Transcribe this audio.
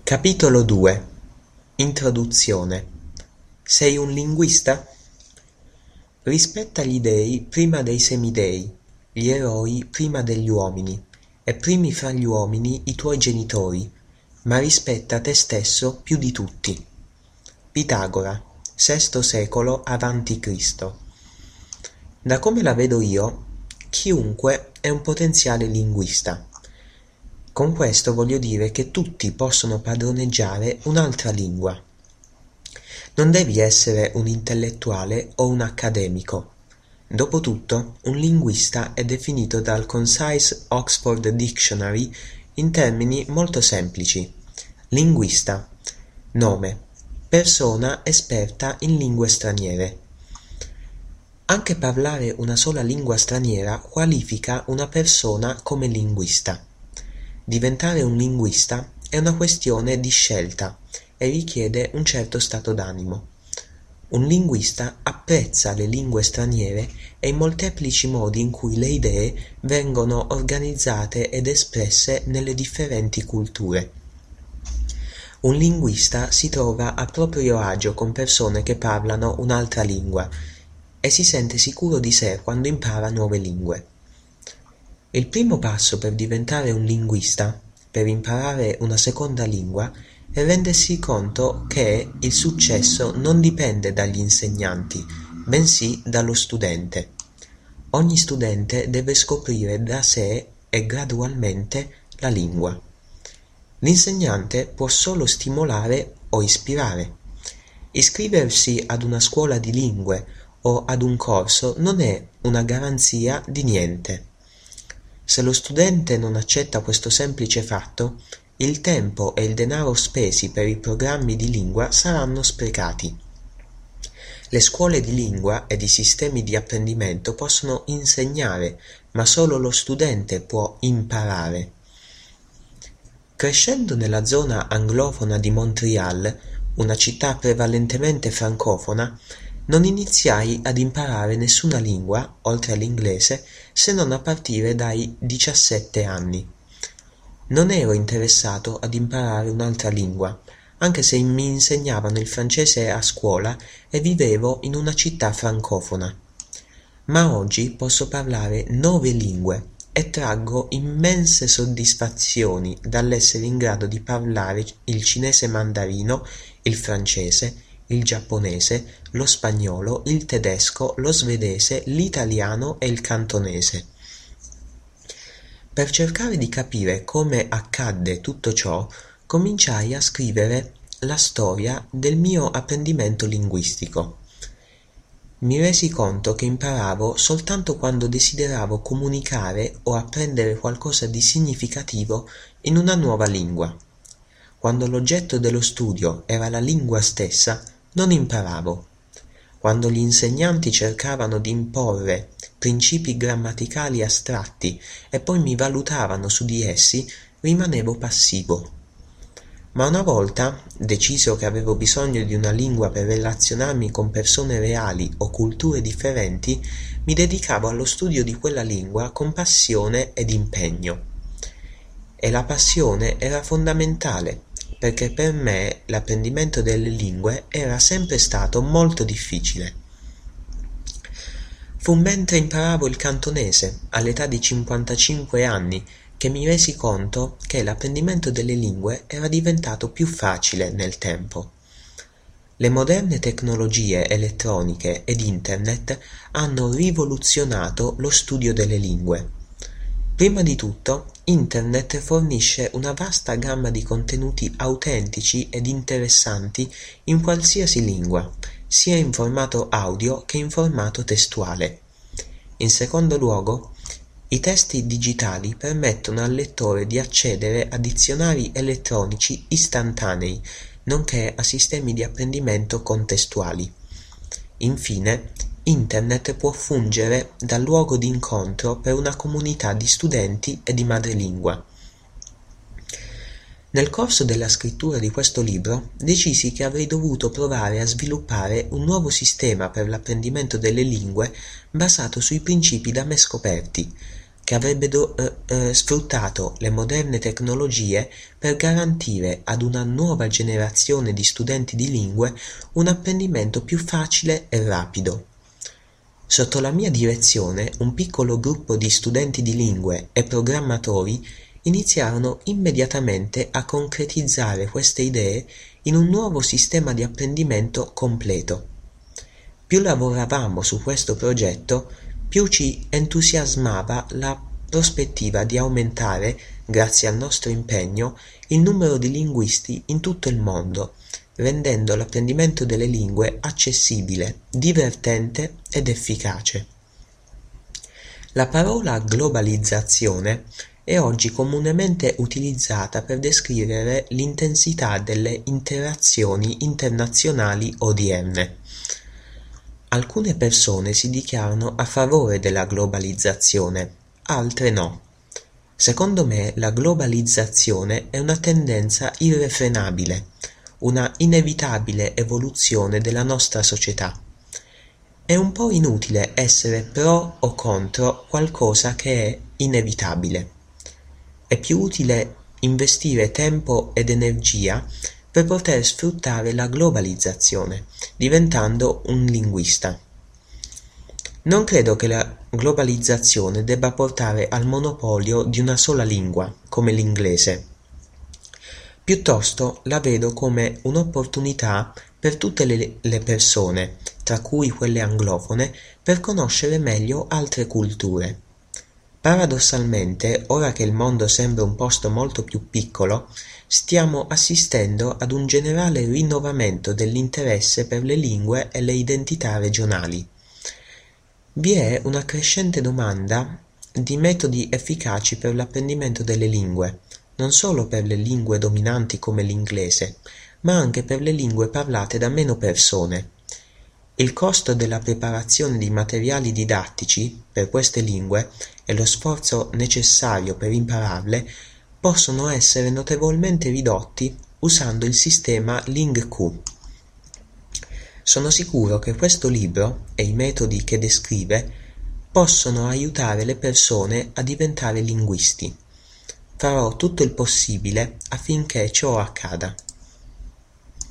Capitolo 2. Introduzione. Sei un linguista? Rispetta gli dei prima dei semidei, gli eroi prima degli uomini, e primi fra gli uomini i tuoi genitori, ma rispetta te stesso più di tutti. Pitagora, VI secolo a.C. Da come la vedo io, chiunque è un potenziale linguista. Con questo voglio dire che tutti possono padroneggiare un'altra lingua. Non devi essere un intellettuale o un accademico. Dopotutto, un linguista è definito dal Concise Oxford Dictionary in termini molto semplici. Linguista. Nome. Persona esperta in lingue straniere. Anche parlare una sola lingua straniera qualifica una persona come linguista. Diventare un linguista è una questione di scelta e richiede un certo stato d'animo. Un linguista apprezza le lingue straniere e i molteplici modi in cui le idee vengono organizzate ed espresse nelle differenti culture. Un linguista si trova a proprio agio con persone che parlano un'altra lingua e si sente sicuro di sé quando impara nuove lingue. Il primo passo per diventare un linguista, per imparare una seconda lingua, è rendersi conto che il successo non dipende dagli insegnanti, bensì dallo studente. Ogni studente deve scoprire da sé e gradualmente la lingua. L'insegnante può solo stimolare o ispirare. Iscriversi ad una scuola di lingue o ad un corso non è una garanzia di niente. Se lo studente non accetta questo semplice fatto, il tempo e il denaro spesi per i programmi di lingua saranno sprecati. Le scuole di lingua ed i sistemi di apprendimento possono insegnare, ma solo lo studente può imparare. Crescendo nella zona anglofona di Montreal, una città prevalentemente francofona, non iniziai ad imparare nessuna lingua, oltre all'inglese, se non a partire dai 17 anni. Non ero interessato ad imparare un'altra lingua, anche se mi insegnavano il francese a scuola e vivevo in una città francofona. Ma oggi posso parlare 9 lingue e traggo immense soddisfazioni dall'essere in grado di parlare il cinese mandarino, il francese, il giapponese, lo spagnolo, il tedesco, lo svedese, l'italiano e il cantonese. Per cercare di capire come accadde tutto ciò, cominciai a scrivere la storia del mio apprendimento linguistico. Mi resi conto che imparavo soltanto quando desideravo comunicare o apprendere qualcosa di significativo in una nuova lingua. Quando l'oggetto dello studio era la lingua stessa, non imparavo. Quando gli insegnanti cercavano di imporre principi grammaticali astratti e poi mi valutavano su di essi, rimanevo passivo. Ma una volta, deciso che avevo bisogno di una lingua per relazionarmi con persone reali o culture differenti, mi dedicavo allo studio di quella lingua con passione ed impegno. E la passione era fondamentale, perché per me l'apprendimento delle lingue era sempre stato molto difficile. Fu mentre imparavo il cantonese, all'età di 55 anni, che mi resi conto che l'apprendimento delle lingue era diventato più facile nel tempo. Le moderne tecnologie elettroniche ed internet hanno rivoluzionato lo studio delle lingue. Prima di tutto, internet fornisce una vasta gamma di contenuti autentici ed interessanti in qualsiasi lingua, sia in formato audio che in formato testuale. In secondo luogo, i testi digitali permettono al lettore di accedere a dizionari elettronici istantanei, nonché a sistemi di apprendimento contestuali. Infine, Internet può fungere da luogo di incontro per una comunità di studenti e di madrelingua. Nel corso della scrittura di questo libro decisi che avrei dovuto provare a sviluppare un nuovo sistema per l'apprendimento delle lingue basato sui principi da me scoperti, che avrebbe sfruttato le moderne tecnologie per garantire ad una nuova generazione di studenti di lingue un apprendimento più facile e rapido. Sotto la mia direzione, un piccolo gruppo di studenti di lingue e programmatori iniziarono immediatamente a concretizzare queste idee in un nuovo sistema di apprendimento completo. Più lavoravamo su questo progetto, più ci entusiasmava la prospettiva di aumentare, grazie al nostro impegno, il numero di linguisti in tutto il mondo, rendendo l'apprendimento delle lingue accessibile, divertente ed efficace. La parola globalizzazione è oggi comunemente utilizzata per descrivere l'intensità delle interazioni internazionali odierne. Alcune persone si dichiarano a favore della globalizzazione, altre no. Secondo me la globalizzazione è una tendenza irrefrenabile, una inevitabile evoluzione della nostra società. È un po' inutile essere pro o contro qualcosa che è inevitabile. È più utile investire tempo ed energia per poter sfruttare la globalizzazione, diventando un linguista. Non credo che la globalizzazione debba portare al monopolio di una sola lingua, come l'inglese. Piuttosto la vedo come un'opportunità per tutte le persone, tra cui quelle anglofone, per conoscere meglio altre culture. Paradossalmente, ora che il mondo sembra un posto molto più piccolo, stiamo assistendo ad un generale rinnovamento dell'interesse per le lingue e le identità regionali. Vi è una crescente domanda di metodi efficaci per l'apprendimento delle lingue, non solo per le lingue dominanti come l'inglese, ma anche per le lingue parlate da meno persone. Il costo della preparazione di materiali didattici per queste lingue e lo sforzo necessario per impararle possono essere notevolmente ridotti usando il sistema LingQ. Sono sicuro che questo libro e i metodi che descrive possono aiutare le persone a diventare linguisti. Farò tutto il possibile affinché ciò accada.